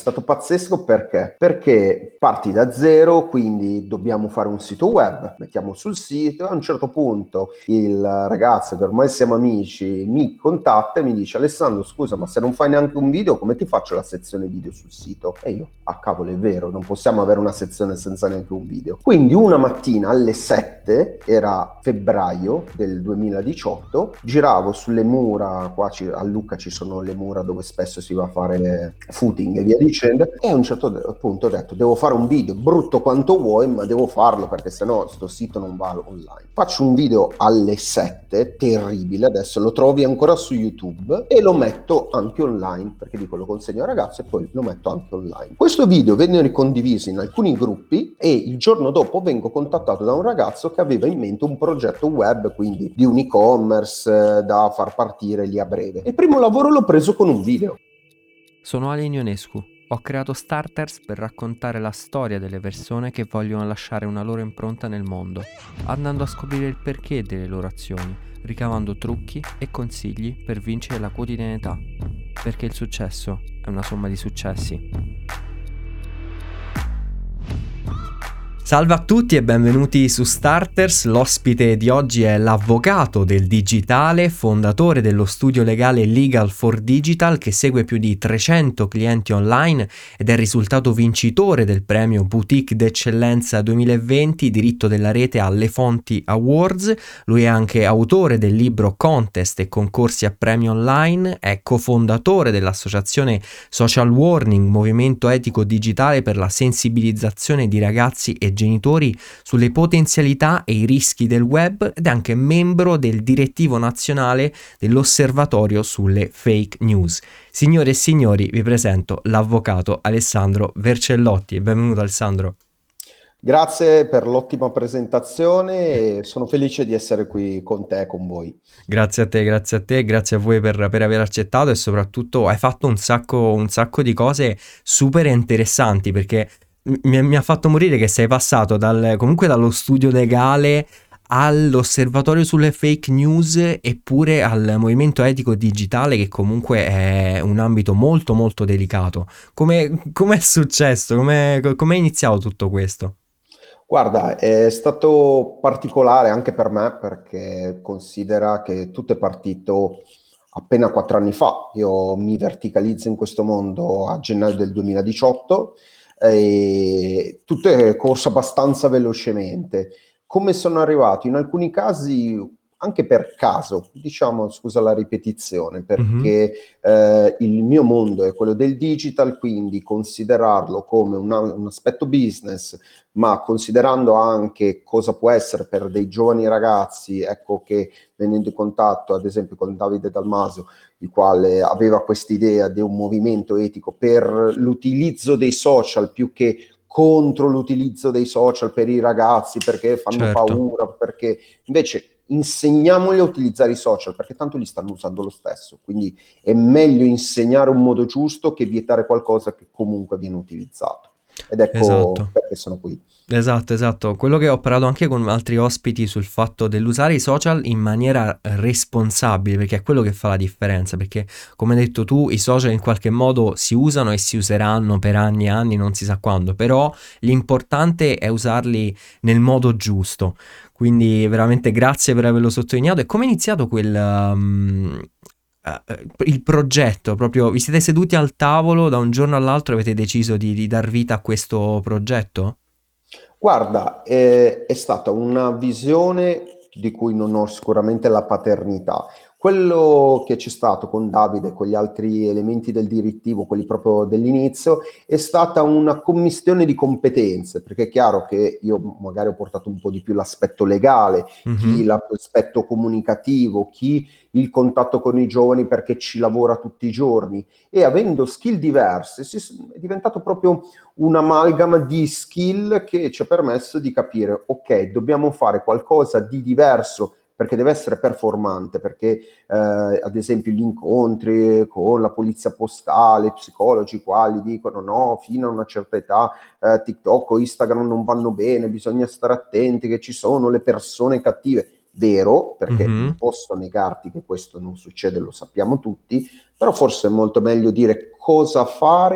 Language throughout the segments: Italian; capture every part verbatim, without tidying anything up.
stato pazzesco perché? Perché parti da zero, quindi dobbiamo fare un sito web, mettiamo sul sito, a un certo punto il ragazzo, che ormai siamo amici, mi contatta e mi dice: Alessandro, scusa, ma se non fai neanche un video, come ti faccio la sezione video sul sito? E io, ah cavolo, è vero, non possiamo avere una sezione senza neanche un video. Quindi una mattina alle sette, era febbraio del duemiladiciotto, giravo sulle mura, qua ci, a Lucca ci sono le mura dove spesso si va a fare footing e via dicendo, e a un certo punto ho detto: devo fare un video, brutto quanto vuoi, ma devo farlo perché sennò sto sito non va online. Faccio un video alle sette, terribile, adesso lo trovi ancora su YouTube e lo metto anche online, perché dico lo consegno al ragazzo e poi lo metto anche online. Questo video venne ricondiviso in alcuni gruppi e il giorno dopo vengo contattato da un ragazzo che aveva in mente un progetto web, quindi di un e-commerce eh, da far partire lì a breve. Il primo lavoro l'ho preso con un video. Sono Alin Ionescu. Ho creato Starters per raccontare la storia delle persone che vogliono lasciare una loro impronta nel mondo, andando a scoprire il perché delle loro azioni, ricavando trucchi e consigli per vincere la quotidianità, perché il successo è una somma di successi. Salve a tutti e benvenuti su Starters. L'ospite di oggi è l'avvocato del digitale, fondatore dello studio legale Legal for Digital, che segue più di trecento clienti online ed è risultato vincitore del premio Boutique d'Eccellenza duemilaventi, diritto della rete alle Fonti Awards. Lui è anche autore del libro Contest e concorsi a premi online, è cofondatore dell'associazione Social Warning, movimento etico digitale per la sensibilizzazione di ragazzi e genitori sulle potenzialità e i rischi del web ed è anche membro del direttivo nazionale dell'Osservatorio sulle fake news. Signore e signori, vi presento l'avvocato Alessandro Vercellotti. Benvenuto Alessandro. Grazie per l'ottima presentazione e sono felice di essere qui con te, con voi. Grazie a te, grazie a te, grazie a voi per, per aver accettato e soprattutto hai fatto un sacco, un sacco di cose super interessanti, perché mi, mi ha fatto morire che sei passato dal, comunque dallo studio legale all'osservatorio sulle fake news eppure al movimento etico digitale, che comunque è un ambito molto molto delicato. Come è successo? Come è iniziato tutto questo? Guarda, è stato particolare anche per me perché considera che tutto è partito appena quattro anni fa. Io mi verticalizzo in questo mondo a gennaio del duemiladiciotto e tutto è corso abbastanza velocemente. Come sono arrivato? In alcuni casi anche per caso, diciamo, scusa la ripetizione, perché mm-hmm. eh, il mio mondo è quello del digital, quindi considerarlo come una, un aspetto business, ma considerando anche cosa può essere per dei giovani ragazzi, ecco che venendo in contatto ad esempio con Davide Dalmasio, il quale aveva quest'idea di un movimento etico per l'utilizzo dei social più che contro l'utilizzo dei social per i ragazzi, perché fanno certo. paura, perché invece insegniamogli a utilizzare i social, perché tanto li stanno usando lo stesso, quindi è meglio insegnare un modo giusto che vietare qualcosa che comunque viene utilizzato. Ed ecco esatto. perché sono qui. Esatto, esatto. Quello che ho parlato anche con altri ospiti sul fatto dell'usare i social in maniera responsabile, perché è quello che fa la differenza, perché come hai detto tu, i social in qualche modo si usano e si useranno per anni e anni, non si sa quando, però l'importante è usarli nel modo giusto. Quindi veramente grazie per averlo sottolineato. E come è iniziato quel... Um, Uh, il progetto, proprio vi siete seduti al tavolo da un giorno all'altro e avete deciso di, di dar vita a questo progetto? Guarda, è, è stata una visione di cui non ho sicuramente la paternità. Quello che c'è stato con Davide e con gli altri elementi del direttivo, quelli proprio dell'inizio, è stata una commistione di competenze, perché è chiaro che io magari ho portato un po' di più l'aspetto legale, mm-hmm. chi l'aspetto comunicativo, chi il contatto con i giovani perché ci lavora tutti i giorni, e avendo skill diverse è diventato proprio un'amalgama di skill che ci ha permesso di capire, ok, dobbiamo fare qualcosa di diverso perché deve essere performante, perché eh, ad esempio gli incontri con la polizia postale, psicologi quali dicono no, fino a una certa età eh, TikTok o Instagram non vanno bene, bisogna stare attenti che ci sono le persone cattive. Vero, perché mm-hmm. non posso negarti che questo non succede, lo sappiamo tutti, però forse è molto meglio dire cosa fare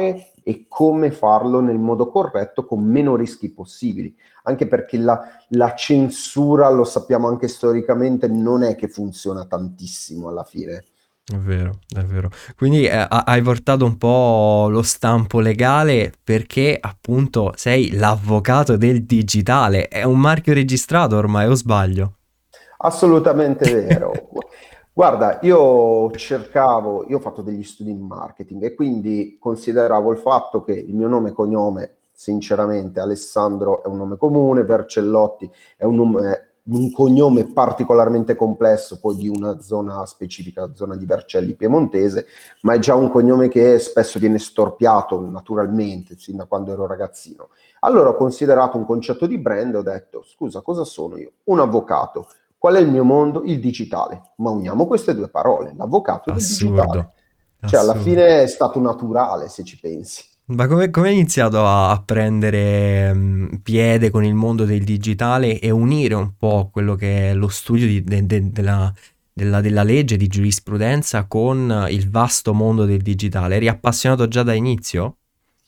e come farlo nel modo corretto con meno rischi possibili, anche perché la, la censura, lo sappiamo anche storicamente, non è che funziona tantissimo alla fine. È vero, è vero. Quindi eh, ha- hai portato un po' lo stampo legale perché appunto sei l'avvocato del digitale. È un marchio registrato ormai, o sbaglio? Assolutamente vero. Guarda, io cercavo, io ho fatto degli studi in marketing e quindi consideravo il fatto che il mio nome e cognome, sinceramente, Alessandro è un nome comune, Vercellotti è un, nome- un cognome particolarmente complesso, poi di una zona specifica, la zona di Vercelli piemontese, ma è già un cognome che spesso viene storpiato naturalmente, sin da quando ero ragazzino. Allora ho considerato un concetto di brand e ho detto, scusa, cosa sono io? Un avvocato. Qual è il mio mondo? Il digitale. Ma uniamo queste due parole, l'avvocato del digitale. Assurdo, Cioè, alla assurdo. fine è stato naturale, se ci pensi. Ma come come hai iniziato a, a prendere mm, piede con il mondo del digitale e unire un po' quello che è lo studio di- de- de- della, della- della legge di giurisprudenza con il vasto mondo del digitale? Eri appassionato già da inizio?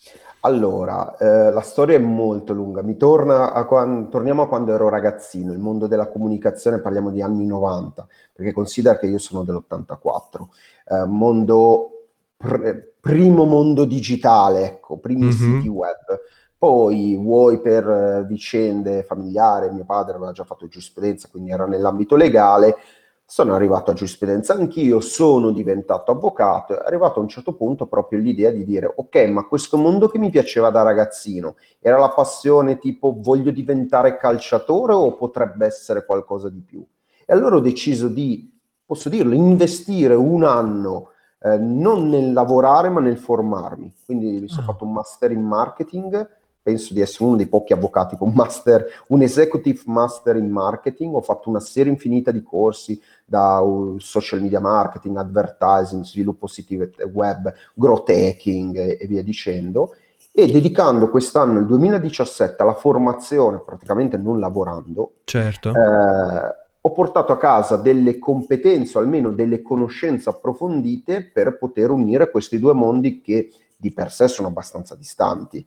Allora, eh, la storia è molto lunga. Mi torna a quan- torniamo a quando ero ragazzino, il mondo della comunicazione, parliamo di anni novanta, perché considera che io sono dell'ottantaquattro. Eh, mondo, pr- primo mondo digitale, ecco, primi siti Mhm. web. Poi, vuoi per eh, vicende familiari, mio padre aveva già fatto giurisprudenza, quindi era nell'ambito legale, sono arrivato a giurisprudenza anch'io, sono diventato avvocato, è arrivato a un certo punto proprio l'idea di dire, ok, ma questo mondo che mi piaceva da ragazzino, era la passione tipo voglio diventare calciatore o potrebbe essere qualcosa di più? E allora ho deciso di, posso dirlo, investire un anno eh, non nel lavorare ma nel formarmi. Quindi mi sono Ah, fatto un master in marketing, penso di essere uno dei pochi avvocati con master, un executive master in marketing, ho fatto una serie infinita di corsi da uh, social media marketing, advertising, sviluppo siti web, growth hacking e, e via dicendo, e dedicando quest'anno, il duemiladiciassette, alla formazione, praticamente non lavorando, certo. eh, ho portato a casa delle competenze, o almeno delle conoscenze approfondite per poter unire questi due mondi che di per sé sono abbastanza distanti.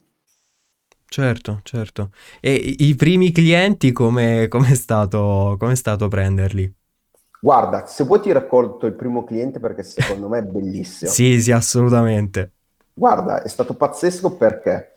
Certo, certo. E i i primi clienti come com'è stato com'è stato prenderli? Guarda, se vuoi ti racconto il primo cliente perché secondo me è bellissimo. Sì, sì, assolutamente. Guarda, è stato pazzesco perché?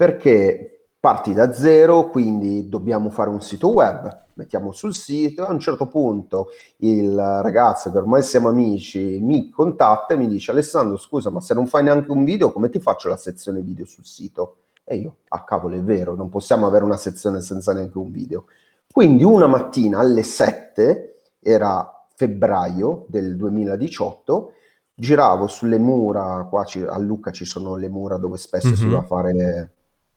Perché parti da zero, quindi dobbiamo fare un sito web, mettiamo sul sito, e a un certo punto il ragazzo, che ormai siamo amici, mi contatta e mi dice: Alessandro, scusa, ma se non fai neanche un video, come ti faccio la sezione video sul sito? E io, ah cavolo, è vero, non possiamo avere una sezione senza neanche un video. Quindi una mattina alle sette, era febbraio del duemiladiciotto, giravo sulle mura, qua ci- a Lucca ci sono le mura dove spesso si va a Mh-mh. fare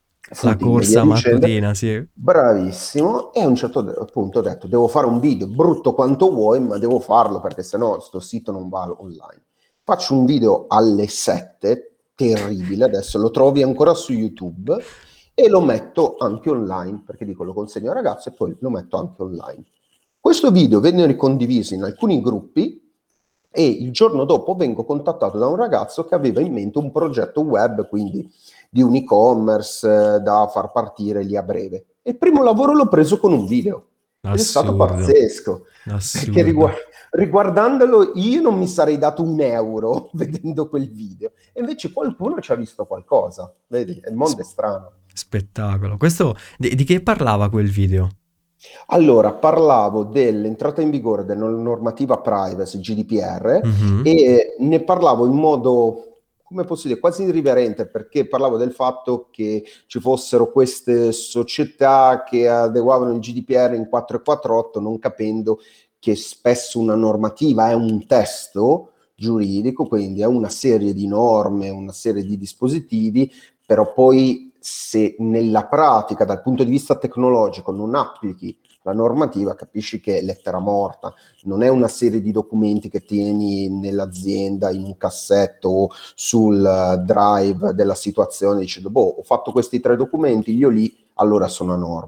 La footing e via corsa dicendo. mattutina, sì. Bravissimo, e a un certo de- punto ho detto, devo fare un video brutto quanto vuoi, ma devo farlo perché sennò sto sito non va online. Faccio un video alle sette, terribile, adesso lo trovi ancora su YouTube e lo metto anche online, perché dico lo consegno al ragazzo e poi lo metto anche online. Questo video venne ricondiviso in alcuni gruppi e il giorno dopo vengo contattato da un ragazzo che aveva in mente un progetto web, quindi di un e-commerce eh, da far partire lì a breve. E il primo lavoro l'ho preso con un video ed è stato Assurdo, pazzesco, perché assurdo. rigu- riguardandolo io non mi sarei dato un euro vedendo quel video, e invece qualcuno ci ha visto qualcosa, vedi, il S mondo è strano. spettacolo. Questo di di che parlava quel video? Allora, parlavo dell'entrata in vigore della normativa privacy G D P R Mh-mh. e ne parlavo in modo, come posso dire, quasi irriverente, perché parlavo del fatto che ci fossero queste società che adeguavano il G D P R in quattrocentoquarantotto, non capendo che spesso una normativa è un testo giuridico, quindi è una serie di norme, una serie di dispositivi, però poi se nella pratica, dal punto di vista tecnologico, non applichi la normativa, capisci che è lettera morta, non è una serie di documenti che tieni nell'azienda in un cassetto o sul uh, drive della situazione dicendo, boh, ho fatto questi tre documenti, io lì, allora sono a norma.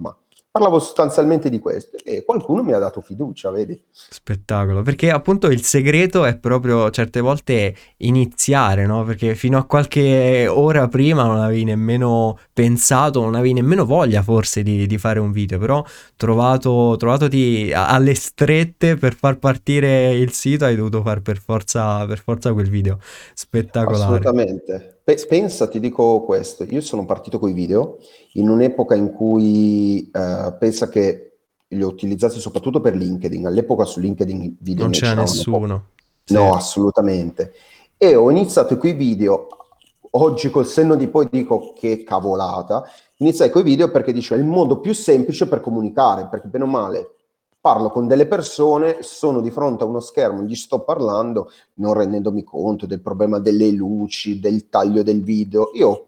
Parlavo sostanzialmente di questo e qualcuno mi ha dato fiducia, vedi? Spettacolo, perché appunto il segreto è proprio certe volte iniziare, no? Perché fino a qualche ora prima non avevi nemmeno pensato, non avevi nemmeno voglia forse di, di fare un video, però trovato, trovatoti a- alle strette per far partire il sito hai dovuto fare per forza, per forza quel video. Spettacolare. Assolutamente. Pe- pensa, ti dico questo, io sono partito con i video in un'epoca in cui eh, pensa che li ho utilizzati soprattutto per LinkedIn. All'epoca su LinkedIn i video Non ne c'era c'erano pochi. nessuno. Sì. No, assolutamente. E ho iniziato con i video, oggi col senno di poi dico che cavolata, iniziai con i video perché dicevo è il modo più semplice per comunicare, perché bene o male parlo con delle persone, sono di fronte a uno schermo, gli sto parlando, non rendendomi conto del problema delle luci, del taglio del video. Io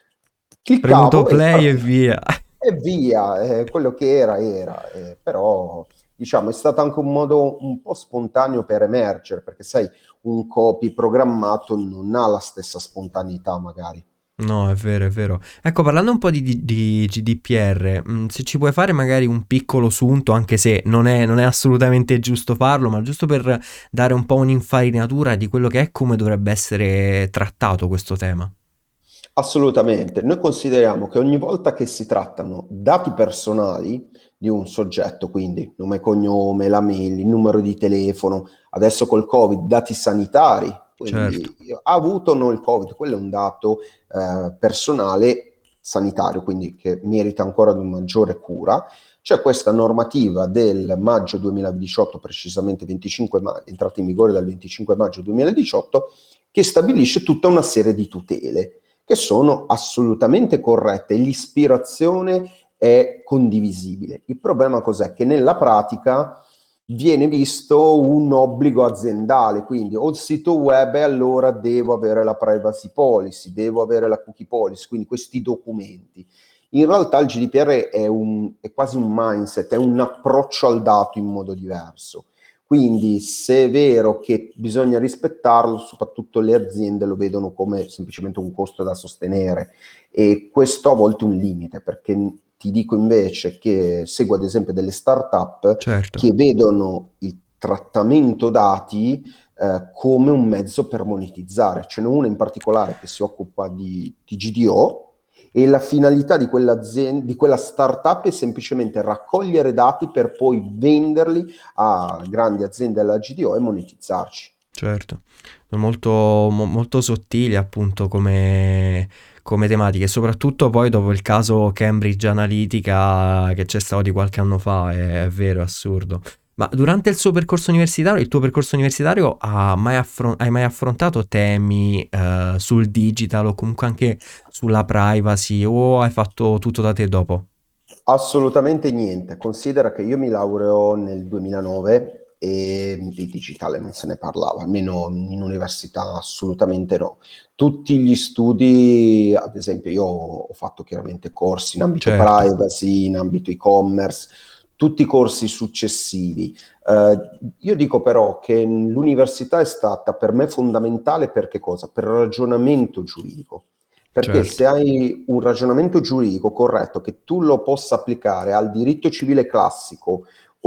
Premuto cliccavo e, play e part- via. e via, eh, quello che era era, eh, però diciamo è stato anche un modo un po' spontaneo per emergere, perché sai, un copy programmato non ha la stessa spontaneità magari. No, è vero, è vero. Ecco, parlando un po' di, di- di G D P R, mh, se ci puoi fare magari un piccolo sunto, anche se non è, non è assolutamente giusto farlo, ma giusto per dare un po' un'infarinatura di quello che è e come dovrebbe essere trattato questo tema. Assolutamente. Noi consideriamo che ogni volta che si trattano dati personali di un soggetto, quindi nome e cognome, la mail, il numero di telefono, adesso col Covid, dati sanitari, Certo, quindi ha avuto o no il Covid, quello è un dato eh, personale sanitario, quindi che merita ancora di una maggiore cura. C'è questa normativa del maggio duemiladiciotto, precisamente venticinque maggio, entrata in vigore dal venticinque maggio duemiladiciotto, che stabilisce tutta una serie di tutele che sono assolutamente corrette. L'ispirazione è condivisibile. Il problema cos'è? Che nella pratica viene visto un obbligo aziendale, quindi ho il sito web e allora devo avere la privacy policy, devo avere la cookie policy, quindi questi documenti. In realtà il G D P R è, un, è quasi un mindset, è un approccio al dato in modo diverso. Quindi se è vero che bisogna rispettarlo, soprattutto le aziende lo vedono come semplicemente un costo da sostenere e questo a volte è un limite, perché ti dico invece che seguo ad esempio delle start-up certo. che vedono il trattamento dati eh, come un mezzo per monetizzare. Ce n'è una in particolare che si occupa di, di G D O e la finalità di quell'azienda, di quella startup è semplicemente raccogliere dati per poi venderli a grandi aziende della G D O e monetizzarci. Certo, sono molto, mo- molto sottili appunto come, come tematiche, soprattutto poi dopo il caso Cambridge Analytica che c'è stato di qualche anno fa, è, è vero, è assurdo. Ma durante il suo percorso universitario, il tuo percorso universitario, ha mai affron- hai mai affrontato temi eh, sul digital o comunque anche sulla privacy o hai fatto tutto da te dopo? Assolutamente niente. Considera che io mi laureo nel duemilanove e di digitale non se ne parlava, almeno in università assolutamente no. Tutti gli studi, ad esempio, io ho fatto chiaramente corsi in ambito Certo, privacy, in ambito e-commerce, tutti i corsi successivi. Eh, io dico però che l'università è stata per me fondamentale per che cosa? Per il ragionamento giuridico. Perché certo, se hai un ragionamento giuridico corretto, che tu lo possa applicare al diritto civile classico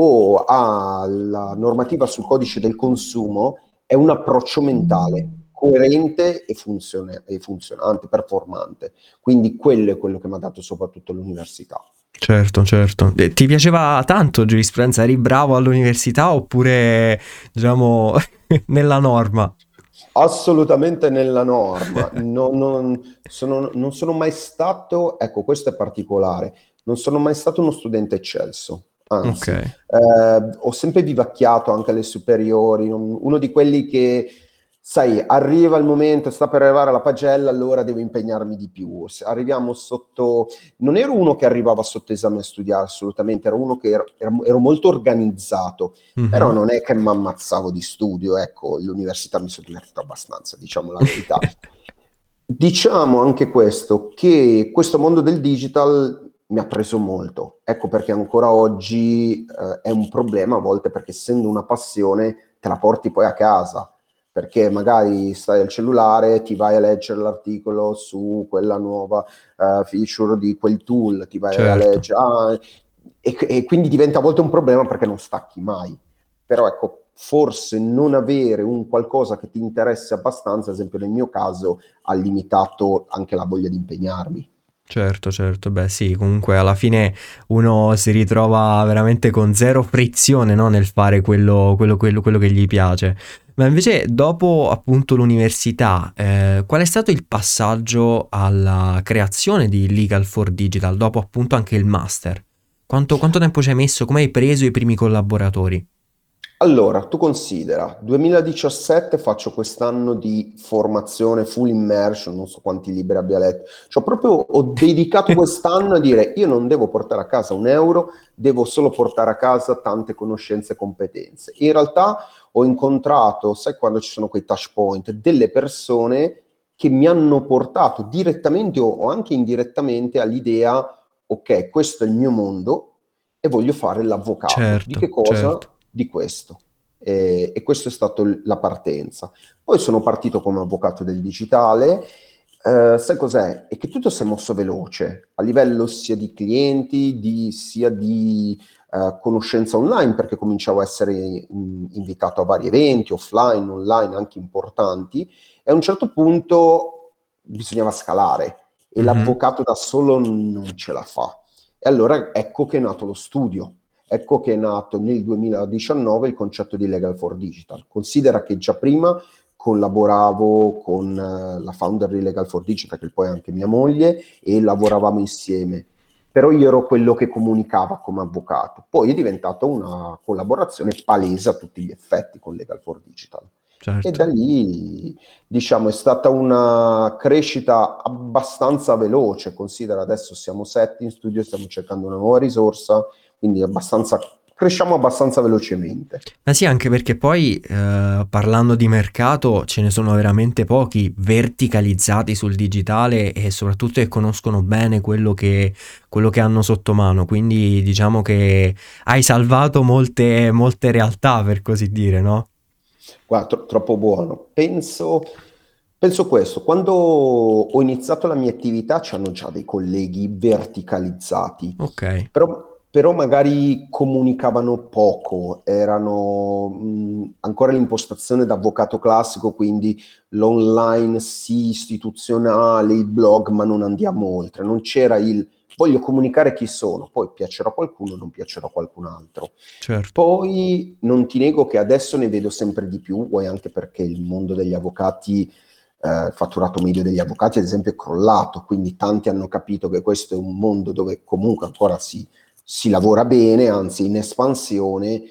o alla normativa sul codice del consumo, è un approccio mentale coerente e, funzione- e funzionante, performante. Quindi quello è quello che mi ha dato soprattutto l'università. certo, certo. E ti piaceva tanto giurisprudenza? Eri bravo all'università oppure, diciamo, nella norma? Assolutamente nella norma. Non, non sono, non sono mai stato, ecco, questo è particolare, non sono mai stato uno studente eccelso, Ok, anzi, eh, ho sempre vivacchiato anche alle superiori, non- uno di quelli che, sai, arriva il momento, sta per arrivare la pagella, allora devo impegnarmi di più. Se arriviamo sotto, non ero uno che arrivava sotto esame a studiare assolutamente, ero uno che ero, ero ero molto organizzato, però mhm. non è che mi ammazzavo di studio, ecco, l'università mi sono divertito abbastanza, diciamo la verità. Diciamo anche questo, che questo mondo del digital mi ha preso molto, ecco perché ancora oggi eh, è un problema a volte perché essendo una passione te la porti poi a casa, perché magari stai al cellulare, ti vai a leggere l'articolo su quella nuova uh, feature di quel tool, ti vai a Certo. leggere, ah, e, e quindi diventa a volte un problema perché non stacchi mai. Però ecco, forse non avere un qualcosa che ti interessa abbastanza, ad esempio nel mio caso, ha limitato anche la voglia di impegnarmi. Certo, certo, beh sì, comunque alla fine uno si ritrova veramente con zero frizione, no, nel fare quello, quello, quello, quello che gli piace. Ma invece dopo appunto l'università, eh, qual è stato il passaggio alla creazione di Legal for Digital, dopo appunto anche il master? Quanto, quanto tempo ci hai messo? Come hai preso i primi collaboratori? Allora, tu considera, duemiladiciassette faccio quest'anno di formazione full immersion, non so quanti libri abbia letto. Cioè, proprio ho dedicato quest'anno a dire io non devo portare a casa un euro, devo solo portare a casa tante conoscenze e competenze. In realtà ho incontrato, sai quando ci sono quei touch point, delle persone che mi hanno portato direttamente o o anche indirettamente all'idea, ok, questo è il mio mondo e voglio fare l'avvocato. Di che Certo, certo. cosa? Di questo. E, e questo è stato il- la partenza. Poi sono partito come avvocato del digitale. Eh, sai cos'è? È che tutto si è mosso veloce, a livello sia di clienti, di- sia di eh, conoscenza online, perché cominciavo a essere mm, invitato a vari eventi, offline, online, anche importanti, e a un certo punto bisognava scalare e Mhm. l'avvocato da solo non ce la fa. E allora ecco che è nato lo studio. Ecco che è nato nel duemiladiciannove il concetto di Legal for Digital. Considera che già prima collaboravo con eh, la founder di Legal for Digital, che poi è anche mia moglie, e lavoravamo insieme. Però io ero quello che comunicava come avvocato. Poi è diventata una collaborazione palese a tutti gli effetti con Legal for Digital. E Certo. da lì, diciamo, è stata una crescita abbastanza veloce. Considera adesso siamo sette in studio, stiamo cercando una nuova risorsa, quindi abbastanza, cresciamo abbastanza velocemente. Ma sì, anche perché poi eh, parlando di mercato ce ne sono veramente pochi verticalizzati sul digitale e soprattutto che conoscono bene quello che, quello che hanno sotto mano. Quindi diciamo che hai salvato molte, molte realtà, per così dire, no? Guarda, tro- troppo buono. Penso, penso questo, quando ho iniziato la mia attività c'erano già dei colleghi verticalizzati, Ok, però, però magari comunicavano poco, erano mh, ancora l'impostazione da avvocato classico, quindi l'online sì istituzionale, il blog, ma non andiamo oltre, non c'era il voglio comunicare chi sono, poi piacerà a qualcuno, non piacerà a qualcun altro. certo. Poi non ti nego che adesso ne vedo sempre di più, vuoi anche perché il mondo degli avvocati, eh, il fatturato medio degli avvocati ad esempio è crollato, quindi tanti hanno capito che questo è un mondo dove comunque ancora si, si lavora bene, anzi in espansione.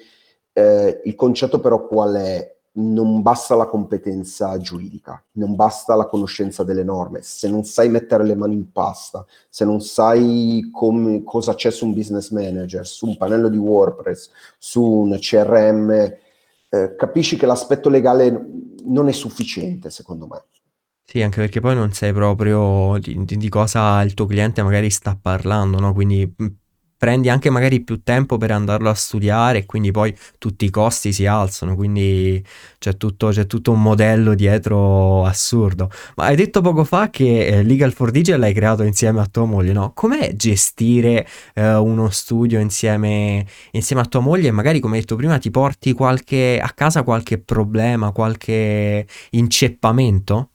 Eh, il concetto però qual è? Non basta la competenza giuridica, non basta la conoscenza delle norme, se non sai mettere le mani in pasta, se non sai come, cosa c'è su un business manager, su un pannello di WordPress, su un C R M, eh, capisci che l'aspetto legale non è sufficiente, secondo me. Sì, anche perché poi non sai proprio di, di- di cosa il tuo cliente magari sta parlando, no? Quindi mh, prendi anche magari più tempo per andarlo a studiare e quindi poi tutti i costi si alzano, quindi c'è tutto, c'è tutto un modello dietro assurdo. Ma hai detto poco fa che eh, Legal for Digital l'hai creato insieme a tua moglie, no? Com'è gestire eh, uno studio insieme, insieme a tua moglie e magari, come hai detto prima, ti porti qualche, a casa qualche problema, qualche inceppamento?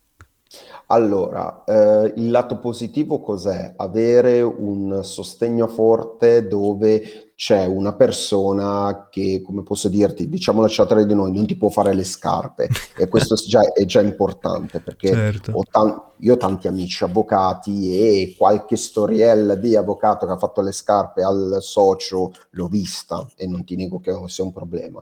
Allora, eh, il lato positivo cos'è? Avere un sostegno forte dove c'è una persona che, come posso dirti, diciamo lasciate tra di noi, non ti può fare le scarpe e questo è già, è già importante perché Certo. ho tan- io ho tanti amici avvocati e qualche storiella di avvocato che ha fatto le scarpe al socio l'ho vista e non ti nego che sia un problema.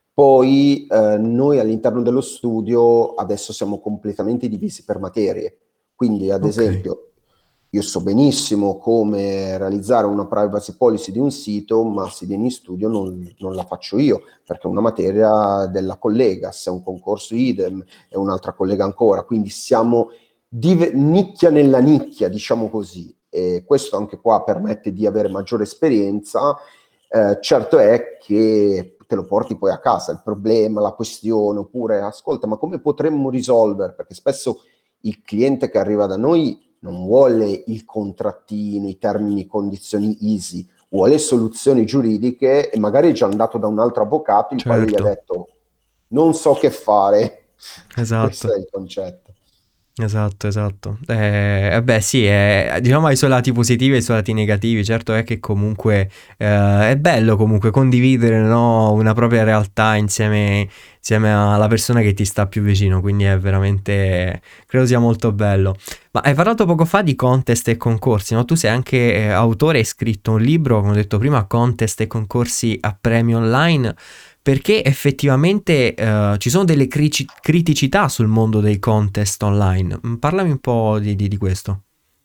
Poi eh, noi all'interno dello studio adesso siamo completamente divisi per materie, quindi ad Ok, esempio io so benissimo come realizzare una privacy policy di un sito, ma se vieni in studio non, non la faccio io, perché è una materia della collega, se è un concorso idem, è un'altra collega ancora, quindi siamo dive- nicchia nella nicchia, diciamo così, e questo anche qua permette di avere maggiore esperienza. Eh, certo è che te lo porti poi a casa il problema, la questione, oppure ascolta, ma come potremmo risolvere? Perché spesso il cliente che arriva da noi non vuole il contrattino, i termini e condizioni easy, vuole soluzioni giuridiche e magari è già andato da un altro avvocato il quale gli ha certo, detto non so che fare. Questo esatto. è il concetto. Esatto, esatto. Eh, eh beh, sì, è, diciamo ha i suoi lati positivi e i suoi lati negativi. Certo è che comunque eh, è bello comunque condividere, no, una propria realtà insieme, insieme alla persona che ti sta più vicino, quindi è veramente, credo sia molto bello. Ma hai parlato poco fa di contest e concorsi, no? Tu sei anche eh, autore, hai scritto un libro, come ho detto prima, contest e concorsi a premi online. Perché effettivamente eh, ci sono delle crici- criticità sul mondo dei contest online. Mm, Parlami un po' di, di- di questo.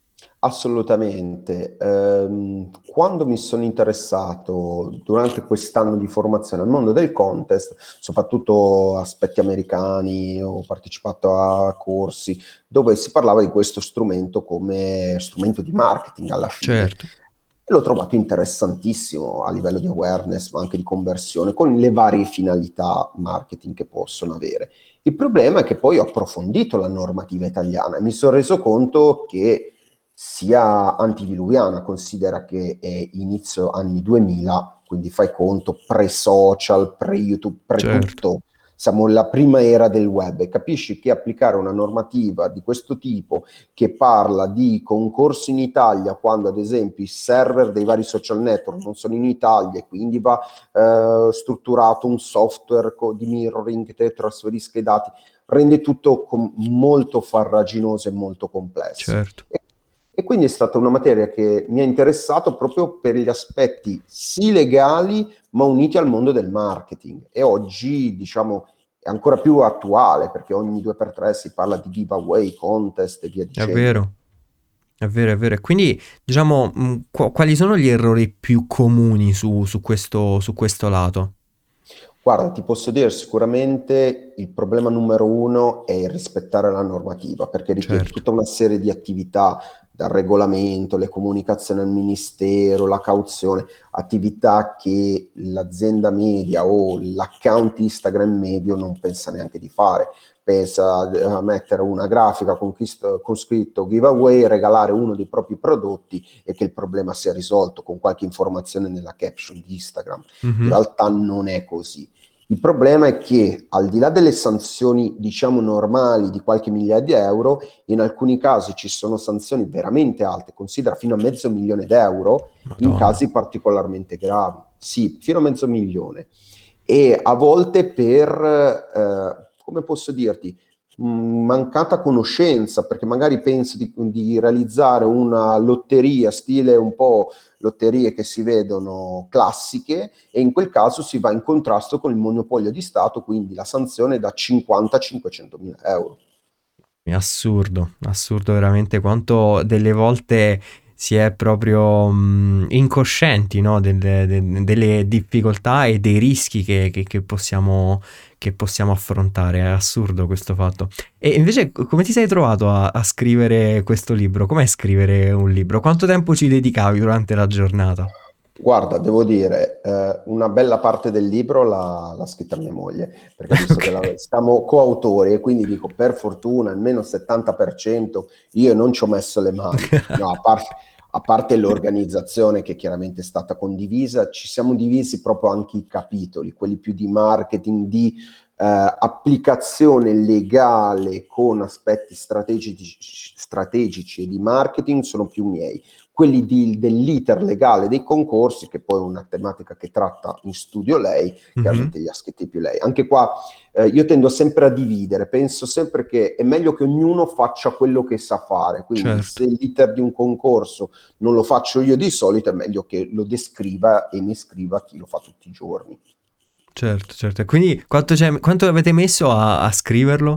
Assolutamente. Ehm, quando mi sono interessato durante quest'anno di formazione al mondo del contest, soprattutto aspetti americani, ho partecipato a corsi dove si parlava di questo strumento come strumento di marketing alla fine. Certo, E l'ho trovato interessantissimo a livello di awareness, ma anche di conversione, con le varie finalità marketing che possono avere. Il problema è che poi ho approfondito la normativa italiana e mi sono reso conto che sia antediluviana, considera che è inizio anni duemila, quindi fai conto pre-social, pre-YouTube, certo. pre-tutto. Siamo la prima era del web e capisci che applicare una normativa di questo tipo che parla di concorsi in Italia quando ad esempio i server dei vari social network non sono in Italia e quindi va eh, strutturato un software co- di mirroring che te trasferisca i dati, rende tutto com- molto farraginoso e molto complesso. Certo. E, e quindi è stata una materia che mi ha interessato proprio per gli aspetti sì legali ma uniti al mondo del marketing e oggi diciamo è ancora più attuale perché ogni due per tre si parla di giveaway, contest e via È dicendo. vero, è vero, è vero. E quindi, diciamo, mm, qu- quali sono gli errori più comuni su, su questo, su questo lato? Guarda, ti posso dire sicuramente il problema numero uno è il rispettare la normativa, perché richiede Certo. tutta una serie di attività, dal regolamento, le comunicazioni al ministero, la cauzione, attività che l'azienda media o l'account Instagram medio non pensa neanche di fare. Pensa a mettere una grafica con, con scritto giveaway, regalare uno dei propri prodotti e che il problema sia risolto con qualche informazione nella caption di Instagram. In Mhm. realtà non è così. Il problema è che al di là delle sanzioni, diciamo normali di qualche migliaia di euro, in alcuni casi ci sono sanzioni veramente alte, considera fino a mezzo milione d'euro in Madonna. casi particolarmente gravi. Sì, fino a mezzo milione. E a volte per, eh, come posso dirti, mh, mancata conoscenza, perché magari pensi di, di realizzare una lotteria, stile un po' lotterie che si vedono classiche, e in quel caso si va in contrasto con il monopolio di Stato, quindi la sanzione è da cinquanta a cinquecentomila euro. È assurdo, assurdo veramente quanto delle volte si è proprio mh, incoscienti, no, delle, de- delle difficoltà e dei rischi che, che- che possiamo, che possiamo affrontare. È assurdo questo fatto. E invece co- come ti sei trovato a, a scrivere questo libro? Com'è scrivere un libro? Quanto tempo ci dedicavi durante la giornata? Guarda, devo dire, eh, una bella parte del libro l'ha, l'ha scritta mia moglie, perché visto che Ok. la- siamo coautori e quindi dico per fortuna almeno il settanta per cento io non ci ho messo le mani. No, a par- a parte l'organizzazione che chiaramente è stata condivisa, ci siamo divisi proprio anche i capitoli, quelli più di marketing, di eh, applicazione legale con aspetti strategici, strategici e di marketing sono più miei quelli di, dell'iter legale dei concorsi, che poi è una tematica che tratta in studio lei, Mhm. chiaramente gli ha scritti più lei. Anche qua eh, io tendo sempre a dividere, penso sempre che è meglio che ognuno faccia quello che sa fare, quindi Certo, se l'iter di un concorso non lo faccio io di solito, è meglio che lo descriva e mi scriva chi lo fa tutti i giorni. certo, certo. E quindi quanto, c'è- quanto avete messo a, a scriverlo?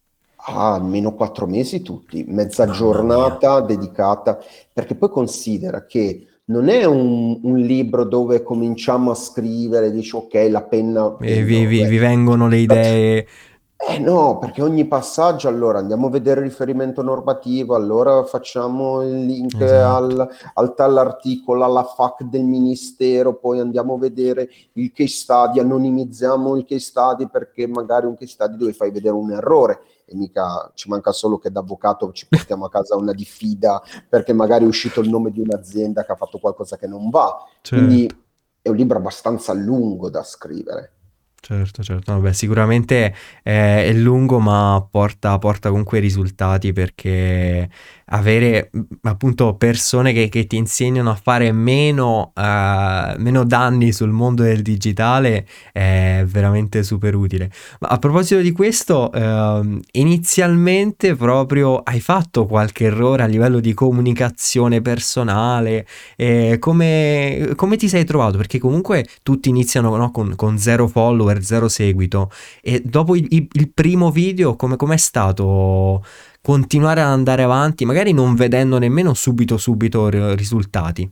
Ah, almeno quattro mesi tutti, mezza Mamma mia. giornata dedicata, perché poi considera che non è un, un libro dove cominciamo a scrivere, dici ok, la penna E vi, prendo. vi- Beh, vi vengono le la- idee. Eh no, perché ogni passaggio, allora andiamo a vedere il riferimento normativo, allora facciamo il link Esatto. al, al tal articolo, alla F A Q del ministero, poi andiamo a vedere il case study, anonimizziamo il case study perché magari un case study dove fai vedere un errore e mica ci manca solo che da avvocato ci portiamo a casa una diffida perché magari è uscito il nome di un'azienda che ha fatto qualcosa che non va. Certo. Quindi è un libro abbastanza lungo da scrivere. Certo, certo, no, beh, sicuramente eh, è lungo, ma porta, porta comunque risultati perché avere mh, appunto persone che, che ti insegnano a fare meno, eh, meno danni sul mondo del digitale è veramente super utile. Ma a proposito di questo, ehm, inizialmente proprio hai fatto qualche errore a livello di comunicazione personale? E come, come ti sei trovato? Perché comunque tutti iniziano, no, con, con zero follower, zero seguito. E dopo il, il- il primo video, come com'è stato continuare ad andare avanti, magari non vedendo nemmeno subito subito ri- risultati?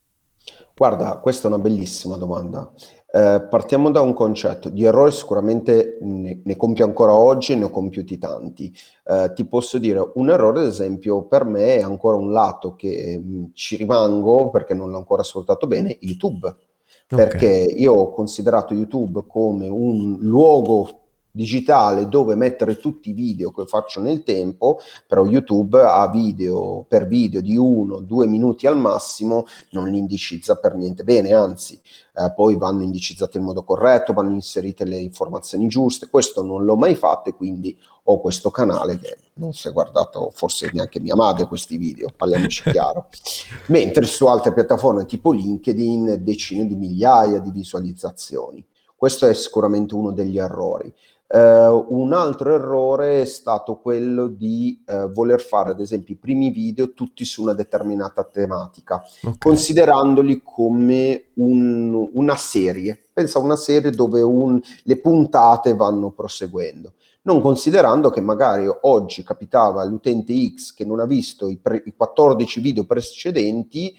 Guarda, questa è una bellissima domanda. Eh, partiamo da un concetto. Di errori sicuramente ne, ne compio ancora oggi e ne ho compiuti tanti. Eh, ti posso dire, un errore, ad esempio, per me è ancora un lato che mh, ci rimango perché non l'ho ancora sfruttato bene, YouTube. Ok. Perché io ho considerato YouTube come un luogo digitale dove mettere tutti i video che faccio nel tempo, però YouTube ha video per video di uno, due minuti al massimo, non li indicizza per niente bene, anzi, eh, poi vanno indicizzati in modo corretto, vanno inserite le informazioni giuste. Questo non l'ho mai fatto e quindi ho questo canale che non si è guardato forse neanche mia madre questi video, parliamoci chiaro. Mentre su altre piattaforme tipo LinkedIn decine di migliaia di visualizzazioni. Questo è sicuramente uno degli errori. Uh, un altro errore è stato quello di uh, voler fare, ad esempio, i primi video tutti su una determinata tematica, Ok. considerandoli come un, una serie. Pensa a una serie dove un, le puntate vanno proseguendo, non considerando che magari oggi capitava all'utente X che non ha visto i, pre, i quattordici video precedenti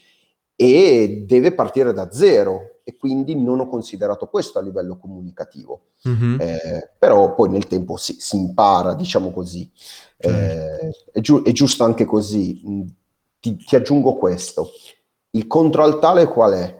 e deve partire da zero e quindi non ho considerato questo a livello comunicativo. Mhm. Eh, però poi nel tempo si, si impara, diciamo così. Certo. Eh, è, giu- è giusto anche così. Mm, Ti, ti aggiungo questo. Il contraltare qual è?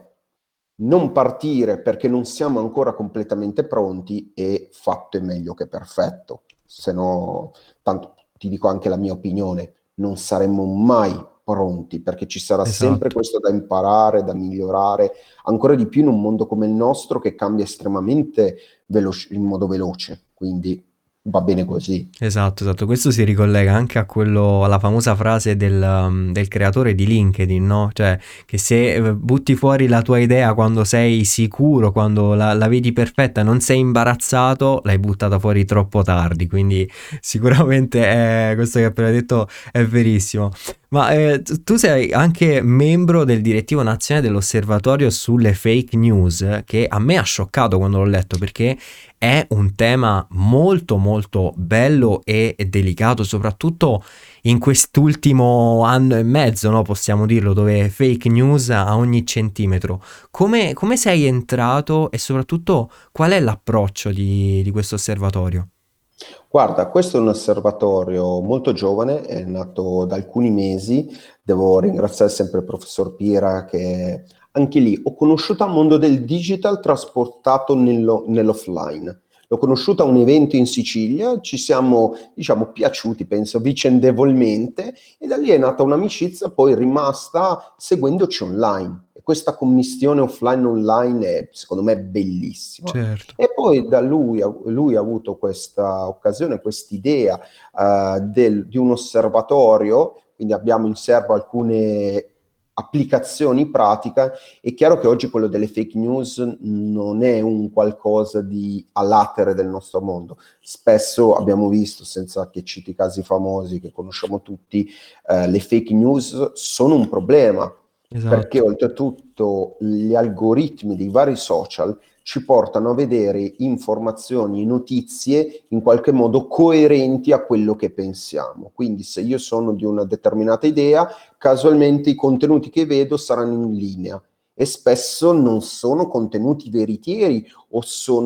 Non partire perché non siamo ancora completamente pronti e fatto è meglio che perfetto. Se no, tanto ti dico anche la mia opinione, non saremmo mai pronti perché ci sarà sempre Esatto. questo da imparare, da migliorare, ancora di più in un mondo come il nostro che cambia estremamente veloce, in modo veloce, quindi va bene così. Esatto, esatto, questo si ricollega anche a quello, alla famosa frase del, um, del creatore di LinkedIn, no? Cioè, che se eh, butti fuori la tua idea quando sei sicuro, quando la, la vedi perfetta, non sei imbarazzato, l'hai buttata fuori troppo tardi, quindi sicuramente eh, questo che hai appena detto è verissimo. Ma eh, tu tu sei anche membro del direttivo nazionale dell'Osservatorio sulle fake news, che a me ha scioccato quando l'ho letto, perché è un tema molto molto bello e delicato, soprattutto in quest'ultimo anno e mezzo, no? Possiamo dirlo, dove fake news a ogni centimetro. Come, come sei entrato e soprattutto qual è l'approccio di, di questo osservatorio? Guarda, questo è un osservatorio molto giovane, è nato da alcuni mesi. Devo ringraziare sempre il professor Pira che anche lì ho conosciuto a mondo del digital trasportato nello- nell'offline. L'ho conosciuto a un evento in Sicilia, ci siamo, diciamo, piaciuti, penso, vicendevolmente, e da lì è nata un'amicizia poi rimasta seguendoci online. E questa commistione offline-online è, secondo me, bellissima. Certo. E poi da lui, lui ha avuto questa occasione, quest'idea eh, del- di un osservatorio, quindi abbiamo in serbo alcune applicazioni pratiche. È chiaro che oggi quello delle fake news non è un qualcosa di a latere del nostro mondo. Spesso abbiamo visto, senza che citi casi famosi che conosciamo tutti, eh, le fake news sono un problema perché Esatto. oltretutto gli algoritmi dei vari social ci portano a vedere informazioni e notizie in qualche modo coerenti a quello che pensiamo. Quindi se io sono di una determinata idea, casualmente i contenuti che vedo saranno in linea e spesso non sono contenuti veritieri o sono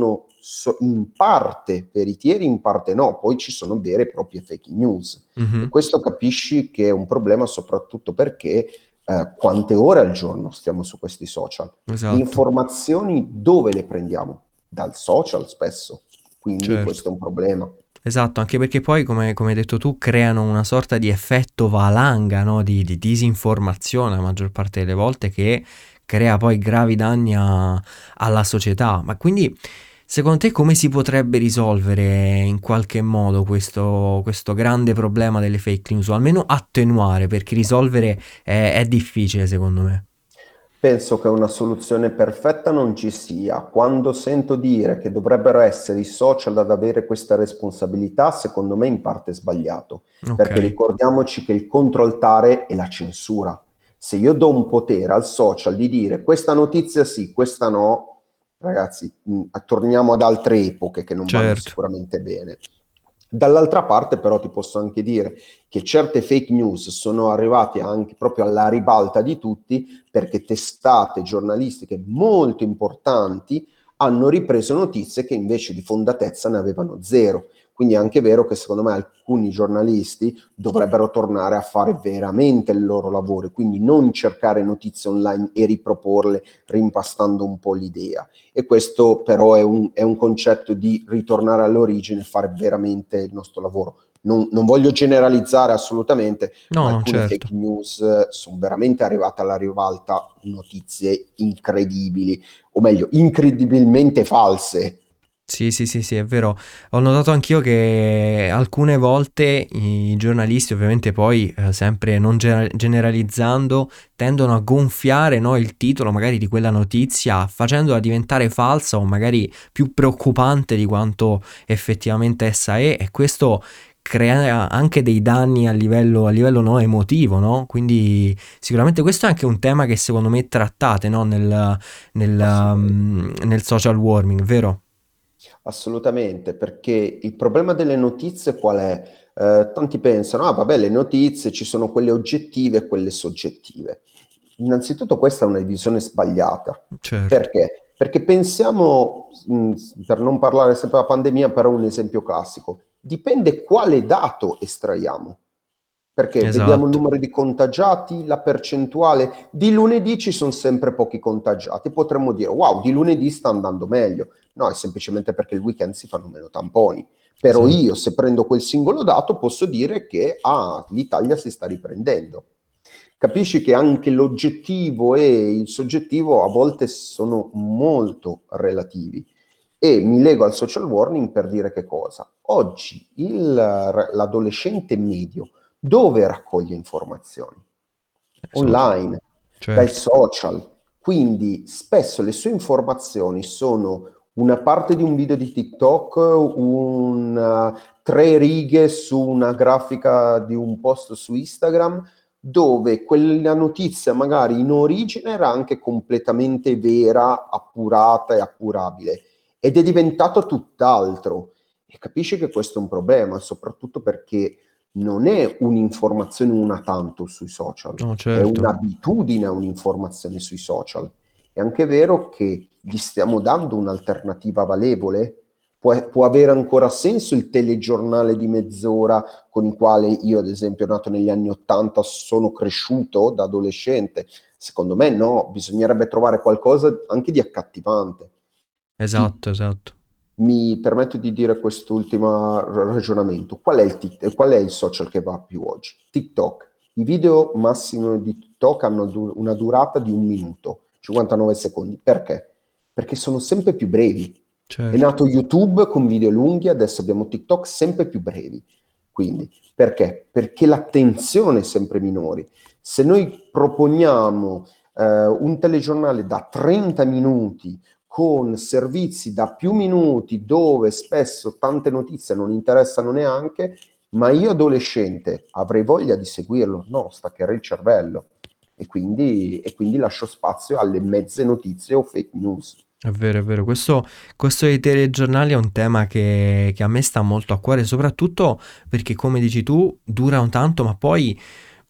so, in parte veritieri, in parte no, poi ci sono vere e proprie fake news. Mhm. E questo capisci che è un problema soprattutto perché eh, quante ore al giorno stiamo su questi social? Le Esatto, informazioni dove le prendiamo? Dal social spesso, quindi certo. questo è un problema. Esatto, anche perché poi, come, come hai detto tu, creano una sorta di effetto valanga, no? Di, di disinformazione la maggior parte delle volte che crea poi gravi danni a- alla società. Ma quindi, secondo te, come si potrebbe risolvere in qualche modo questo, questo grande problema delle fake news? O almeno attenuare, perché risolvere è, è difficile, secondo me. Penso che una soluzione perfetta non ci sia. Quando sento dire che dovrebbero essere i social ad avere questa responsabilità, secondo me in parte è sbagliato, Ok, perché ricordiamoci che il controllare è la censura. Se io do un potere al social di dire questa notizia sì, questa no, ragazzi, mh, torniamo ad altre epoche che non vanno certo. sicuramente bene. Dall'altra parte però ti posso anche dire che certe fake news sono arrivate anche proprio alla ribalta di tutti perché testate giornalistiche molto importanti hanno ripreso notizie che invece di fondatezza ne avevano zero. Quindi è anche vero che secondo me alcuni giornalisti dovrebbero tornare a fare veramente il loro lavoro, quindi non cercare notizie online e riproporle rimpastando un po' l'idea. E questo però è un, è un concetto di ritornare all'origine e fare veramente il nostro lavoro. Non, non voglio generalizzare assolutamente, No, ma no, alcune certo. fake news eh, sono veramente arrivate alla ribalta, notizie incredibili, o meglio, incredibilmente false. Sì, sì, sì, sì, è vero. Ho notato anch'io che alcune volte i giornalisti, ovviamente poi eh, sempre non gera- generalizzando, tendono a gonfiare, no, il titolo magari di quella notizia, facendola diventare falsa o magari più preoccupante di quanto effettivamente essa è, e questo crea anche dei danni a livello, a livello no, emotivo, no? Quindi sicuramente questo è anche un tema che secondo me trattate, no, nel, nel, Assolutamente. um, nel social warming, vero? Assolutamente, perché il problema delle notizie qual è? Eh, tanti pensano, ah vabbè, le notizie ci sono quelle oggettive e quelle soggettive. Innanzitutto questa è una visione sbagliata. Certo, Perché? Perché pensiamo, mh, per non parlare sempre della pandemia, però un esempio classico, dipende quale dato estraiamo. Perché vediamo il esatto. numero di contagiati, la percentuale. Di lunedì ci sono sempre pochi contagiati. Potremmo dire, wow, di lunedì sta andando meglio. No, è semplicemente perché il weekend si fanno meno tamponi. Però Esatto. io, se prendo quel singolo dato, posso dire che ah, l'Italia si sta riprendendo. Capisci che anche l'oggettivo e il soggettivo a volte sono molto relativi. E mi lego al social warning per dire che cosa? Oggi il, l'adolescente medio dove raccoglie informazioni? Social. Online, dai Certo. social. Quindi spesso le sue informazioni sono una parte di un video di TikTok, un, uh, tre righe su una grafica di un post su Instagram, dove quella notizia magari in origine era anche completamente vera, appurata e appurabile, ed è diventato tutt'altro. E capisci che questo è un problema, soprattutto perché non è un'informazione una tanto sui social, No, è certo. un'abitudine a un'informazione sui social. È anche vero che gli stiamo dando un'alternativa valevole? Può, può avere ancora senso il telegiornale di mezz'ora con il quale io, ad esempio, nato negli anni Ottanta, sono cresciuto da adolescente? Secondo me no, bisognerebbe trovare qualcosa anche di accattivante. Ti, Esatto, esatto. mi permetto di dire quest'ultimo ragionamento. Qual è il, tic- qual è il social che va più oggi? TikTok. I video massimo di TikTok hanno du- una durata di un minuto, cinquantanove secondi. Perché? Perché sono sempre più brevi. È Certo. nato YouTube con video lunghi, adesso abbiamo TikTok sempre più brevi. Quindi, perché? Perché l'attenzione è sempre minore. Se noi proponiamo eh, un telegiornale da trenta minuti con servizi da più minuti dove spesso tante notizie non interessano neanche, ma io adolescente avrei voglia di seguirlo? No, staccherei il cervello e quindi, e quindi lascio spazio alle mezze notizie o fake news. È vero, è vero. Questo, questo dei telegiornali è un tema che, che a me sta molto a cuore, soprattutto perché, come dici tu, dura un tanto, ma poi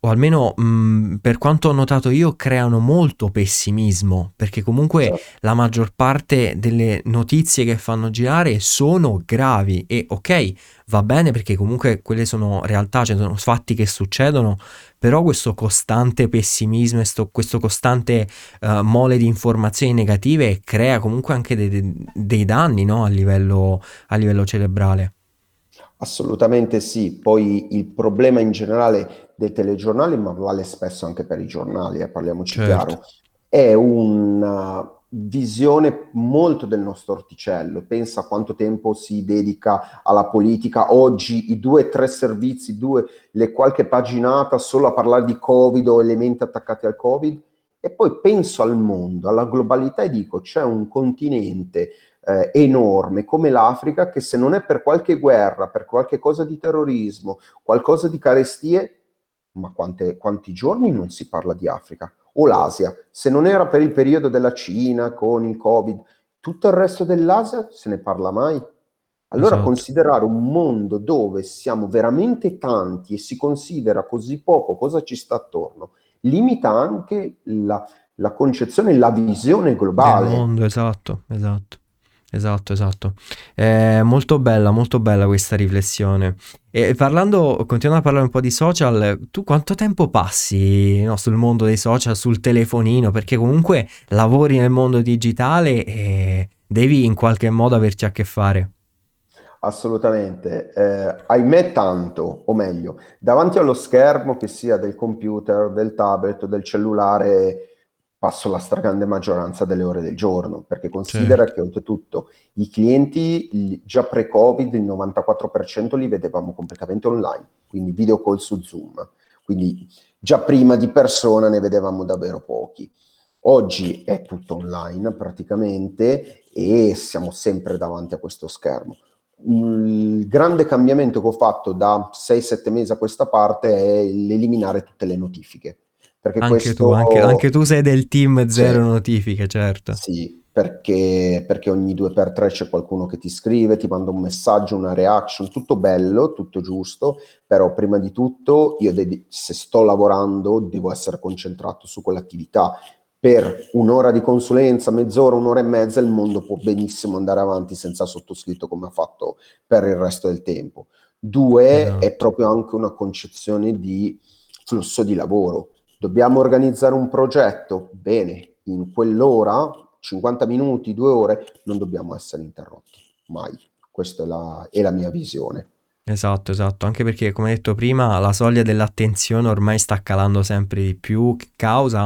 o almeno mh, per quanto ho notato io, creano molto pessimismo, perché comunque Certo. la maggior parte delle notizie che fanno girare sono gravi e ok, va bene perché comunque quelle sono realtà, cioè sono fatti che succedono, però questo costante pessimismo e sto- questo costante eh, mole di informazioni negative crea comunque anche dei, dei- dei danni, no? A livello, a livello cerebrale. Assolutamente sì, poi il problema in generale dei telegiornali, ma vale spesso anche per i giornali, eh, parliamoci Certo, chiaro, è una visione molto del nostro orticello. Pensa a quanto tempo si dedica alla politica. Oggi i due o tre servizi, due, le qualche paginata solo a parlare di Covid o elementi attaccati al Covid. E poi penso al mondo, alla globalità e dico, c'è un continente eh, enorme come l'Africa che se non è per qualche guerra, per qualche cosa di terrorismo, qualcosa di carestie, ma quante- quanti giorni non si parla di Africa? O l'Asia, se non era per il periodo della Cina con il Covid, tutto il resto dell'Asia se ne parla mai? Allora esatto. considerare un mondo dove siamo veramente tanti e si considera così poco cosa ci sta attorno, limita anche la, la concezione, la visione Del globale. mondo, esatto, esatto, esatto, esatto. È molto bella, molto bella questa riflessione. E parlando, continuando a parlare un po' di social, tu quanto tempo passi, no, sul mondo dei social, sul telefonino? Perché comunque lavori nel mondo digitale e devi in qualche modo averci a che fare. Assolutamente, eh, ahimè tanto, o meglio, davanti allo schermo che sia del computer, del tablet o del cellulare, passo la stragrande maggioranza delle ore del giorno, perché considera Certo, che oltretutto i clienti il- già pre-Covid il novantaquattro per cento li vedevamo completamente online, quindi video call su Zoom, quindi già prima di persona ne vedevamo davvero pochi. Oggi è tutto online praticamente e siamo sempre davanti a questo schermo. Il grande cambiamento che ho fatto da sei sette mesi a questa parte è l'eliminare tutte le notifiche, perché anche tu, anche, anche questo tu sei del team c'è, zero notifiche, certo. sì, perché, perché ogni due per tre c'è qualcuno che ti scrive, ti manda un messaggio, una reaction, tutto bello, tutto giusto, però prima di tutto io dedi- se sto lavorando devo essere concentrato su quell'attività. Per un'ora di consulenza, mezz'ora, un'ora e mezza, il mondo può benissimo andare avanti senza sottoscritto come ha fatto per il resto del tempo. Due, è Esatto. proprio anche una concezione di flusso di lavoro. Dobbiamo organizzare un progetto? Bene, in quell'ora, cinquanta minuti, due ore, non dobbiamo essere interrotti, mai. Questa è la, è la mia visione. Esatto, esatto, anche perché come detto prima la soglia dell'attenzione ormai sta calando sempre di più, che causa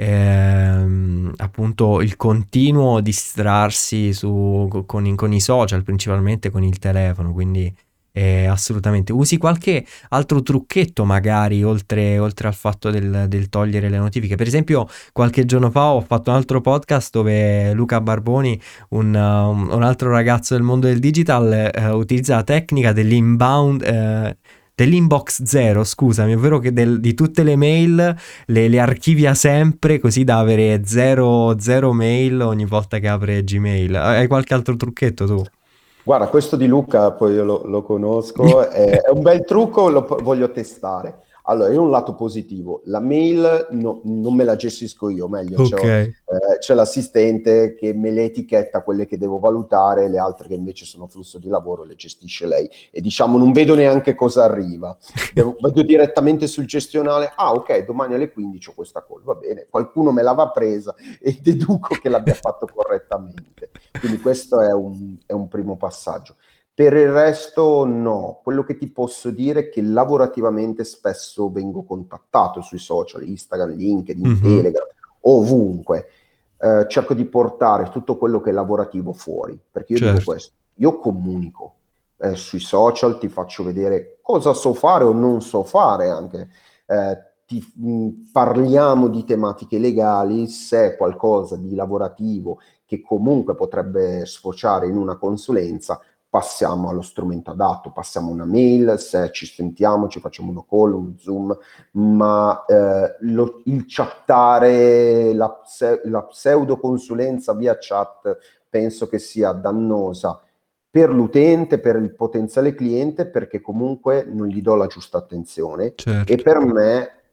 ehm, appunto il continuo distrarsi su, con, i- con i social, principalmente con il telefono, quindi eh, assolutamente. Usi qualche altro trucchetto magari oltre, oltre al fatto del, del togliere le notifiche? Per esempio qualche giorno fa ho fatto un altro podcast dove Luca Barboni un, um, un altro ragazzo del mondo del digital eh, utilizza la tecnica dell'inbound, eh, dell'inbox zero, scusami, ovvero che del- di tutte le mail le, le archivia sempre così da avere zero, zero mail ogni volta che apre Gmail. Hai qualche altro trucchetto tu? Guarda, questo di Luca, poi io lo, lo conosco, è, è un bel trucco, lo po- voglio testare. Allora, io ho un lato positivo, la mail no- non me la gestisco io, meglio, Ok, c'ho, eh, c'è l'assistente che me le etichetta quelle che devo valutare, le altre che invece sono flusso di lavoro le gestisce lei. E diciamo, non vedo neanche cosa arriva. Devo, vado direttamente sul gestionale, ah ok, domani alle quindici ho questa call, va bene, qualcuno me l'aveva presa e deduco che l'abbia fatto correttamente. Quindi questo è un, è un primo passaggio. Per il resto no, quello che ti posso dire è che lavorativamente spesso vengo contattato sui social, Instagram, LinkedIn, Mhm, Telegram, ovunque. Eh, cerco di portare tutto quello che è lavorativo fuori, perché io dico certo, questo, io comunico eh, sui social, ti faccio vedere cosa so fare o non so fare anche. Eh, ti, mh, parliamo di tematiche legali, se è qualcosa di lavorativo che comunque potrebbe sfociare in una consulenza, passiamo allo strumento adatto, passiamo una mail, se ci sentiamo, ci facciamo una call, un Zoom, ma eh, lo- il chattare, la, pse- la pseudo consulenza via chat, penso che sia dannosa per l'utente, per il potenziale cliente, perché comunque non gli do la giusta attenzione e certo. per me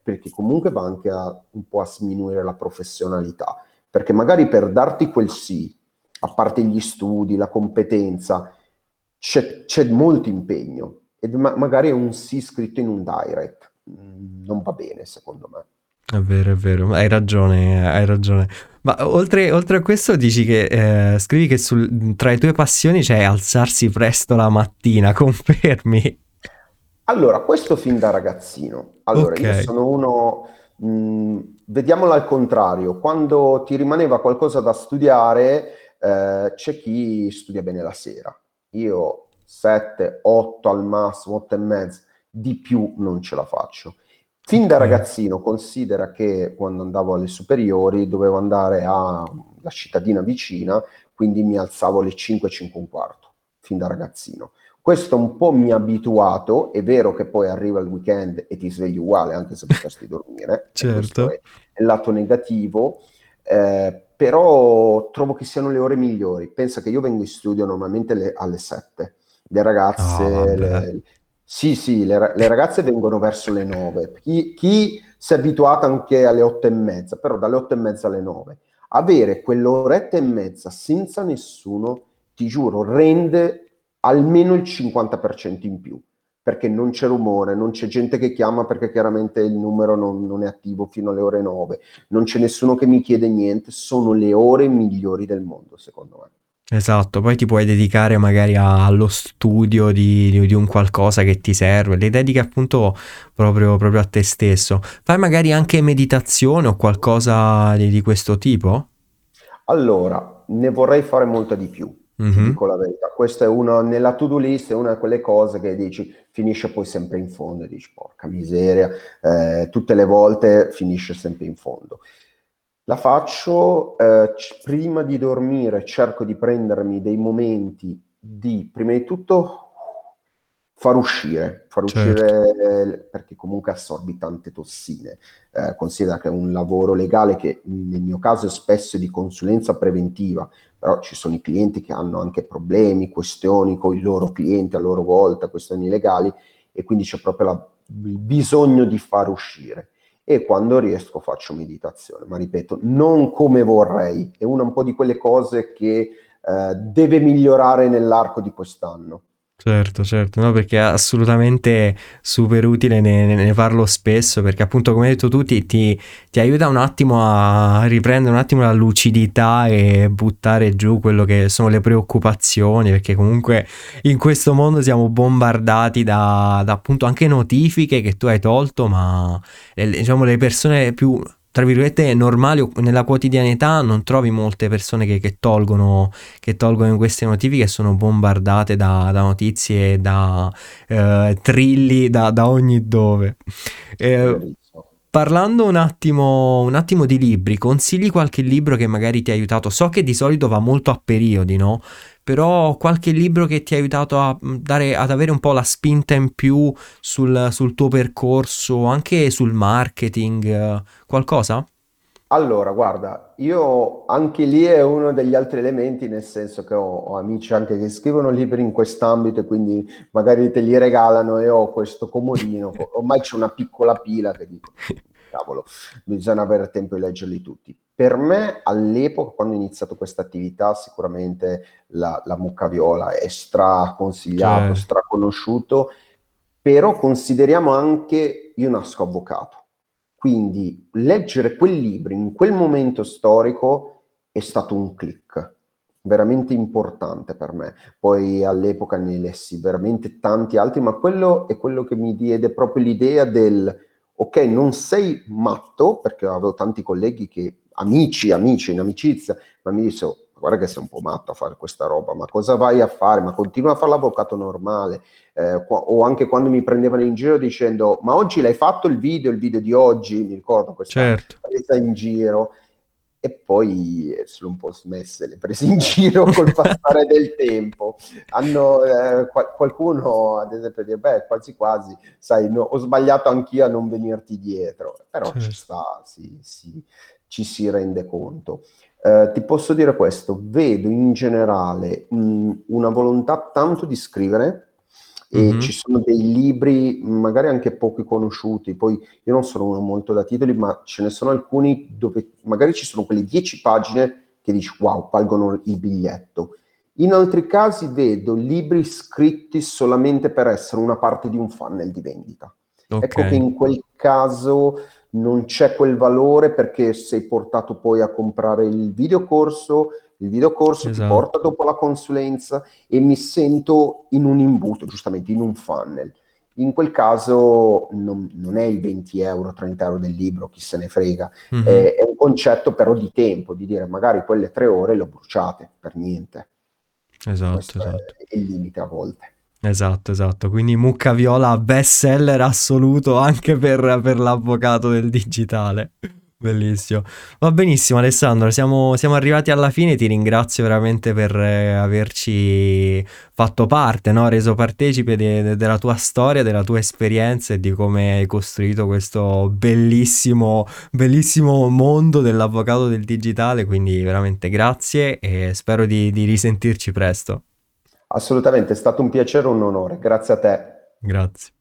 perché comunque va anche a, un po' a sminuire la professionalità, perché magari per darti quel sì, a parte gli studi, la competenza, c'è, c'è molto impegno, e ma- magari è un sì scritto in un direct. Mm, non va bene secondo me. È vero, è vero, hai ragione, hai ragione. Ma oltre, oltre a questo dici che eh, scrivi che sul- tra le tue passioni c'è alzarsi presto la mattina, confermi? Allora, questo fin da ragazzino. Allora, Ok. io sono uno, mh, vediamolo al contrario, quando ti rimaneva qualcosa da studiare, eh, c'è chi studia bene la sera. Io sette, otto al massimo, otto e mezza, di più non ce la faccio. Fin da Ok. ragazzino considera che quando andavo alle superiori dovevo andare alla cittadina vicina, quindi mi alzavo alle cinque, cinque e un quarto, fin da ragazzino. Questo un po' mi ha abituato, è vero che poi arriva il weekend e ti svegli uguale anche se potresti dormire, e questo Certo. è, è il lato negativo, eh, però trovo che siano le ore migliori. Pensa che io vengo in studio normalmente le- alle sette, le Ah, ragazze, vabbè. le- sì sì, le, ra- le ragazze vengono verso le nove, chi, chi si è abituato anche alle otto e mezza, però dalle otto e mezza alle nove. Avere quell'oretta e mezza senza nessuno, ti giuro, rende almeno il cinquanta per cento in più, perché non c'è rumore, non c'è gente che chiama perché chiaramente il numero non, non è attivo fino alle ore nove, non c'è nessuno che mi chiede niente, sono le ore migliori del mondo, secondo me. Esatto, poi ti puoi dedicare magari a- allo studio di, di- di un qualcosa che ti serve, le dedichi appunto proprio, proprio a te stesso. Fai magari anche meditazione o qualcosa di, di questo tipo? Allora, ne vorrei fare molta di più, ti Mhm. dico la verità. Questa è una, nella to-do list, è una di quelle cose che dici, finisce poi sempre in fondo, e dici, porca miseria, eh, tutte le volte finisce sempre in fondo. La faccio, eh, c- prima di dormire, cerco di prendermi dei momenti di, prima di tutto, far uscire, far Certo, uscire, eh, perché comunque assorbi tante tossine. Eh, considera che è un lavoro legale che nel mio caso è spesso di consulenza preventiva, però ci sono i clienti che hanno anche problemi, questioni con i loro clienti a loro volta, questioni legali, e quindi c'è proprio la- il bisogno di far uscire. E quando riesco faccio meditazione, ma ripeto, non come vorrei, è una un po' di quelle cose che eh, deve migliorare nell'arco di quest'anno. certo, certo, no, perché è assolutamente super utile, ne, ne- ne parlo spesso, perché appunto come hai detto tu ti, ti- ti aiuta un attimo a riprendere un attimo la lucidità e buttare giù quello che sono le preoccupazioni, perché comunque in questo mondo siamo bombardati da, da appunto anche notifiche che tu hai tolto, ma eh, diciamo le persone più, tra virgolette, normali o nella quotidianità non trovi molte persone che, che tolgono che tolgono queste notifiche e sono bombardate da, da notizie, da eh, trilli da, da ogni dove. Eh, Verissimo. Parlando un attimo, un attimo di libri, consigli qualche libro che magari ti ha aiutato? So che di solito va molto a periodi, no? Però qualche libro che ti ha aiutato a mm, dare, ad avere un po' la spinta in più sul, sul tuo percorso, anche sul marketing, eh, qualcosa? Allora, guarda, io anche lì è uno degli altri elementi, nel senso che ho, ho amici anche che scrivono libri in quest'ambito e quindi magari te li regalano e ho questo comodino, ormai c'è una piccola pila che dico, cavolo, bisogna avere tempo di leggerli tutti. Per me all'epoca, quando ho iniziato questa attività, sicuramente la, la Mucca Viola è stra consigliato, Cioè, stra conosciuto, però consideriamo anche, io nasco avvocato, quindi leggere quel libro in quel momento storico è stato un click veramente importante per me. Poi all'epoca ne lessi veramente tanti altri, ma quello è quello che mi diede proprio l'idea del, ok, non sei matto, perché avevo tanti colleghi che, amici, amici in amicizia, ma mi dissero, guarda che sei un po' matto a fare questa roba, ma cosa vai a fare? Ma continua a fare l'avvocato normale. Eh, qua- o anche quando mi prendevano in giro dicendo, ma oggi l'hai fatto il video, il video di oggi, mi ricordo questa certo. presa in giro. E poi eh, sono un po' smesse le prese in giro col passare del tempo. Hanno, eh, qual- qualcuno, ad esempio, dice, beh, quasi quasi, sai, no, ho sbagliato anch'io a non venirti dietro, però ci Certo. sta, sì, sì, ci si rende conto. Eh, ti posso dire questo, vedo in generale mh, una volontà tanto di scrivere, e ci Mhm. sono dei libri magari anche poco conosciuti, poi io non sono uno molto da titoli, ma ce ne sono alcuni dove magari ci sono quelle dieci pagine che dici wow, valgono il biglietto. In altri casi vedo libri scritti solamente per essere una parte di un funnel di vendita. Ok, Ecco che in quel caso non c'è quel valore perché sei portato poi a comprare il videocorso, il videocorso ti porta esatto. dopo la consulenza e mi sento in un imbuto, giustamente in un funnel. In quel caso non, non è i venti euro, trenta euro del libro, chi se ne frega, Mhm. è, è un concetto però di tempo, di dire magari quelle tre ore le ho bruciate per niente. Esatto, Questo esatto. è il limite a volte. Esatto, esatto. Quindi Mucca Viola best seller assoluto anche per, per l'avvocato del digitale. Bellissimo. Va benissimo Alessandro, siamo, siamo arrivati alla fine, ti ringrazio veramente per eh, averci fatto parte, no? Reso partecipe de- de- della tua storia, della tua esperienza e di come hai costruito questo bellissimo, bellissimo mondo dell'avvocato del digitale, quindi veramente grazie e spero di di risentirci presto. Assolutamente, è stato un piacere e un onore. Grazie a te. Grazie.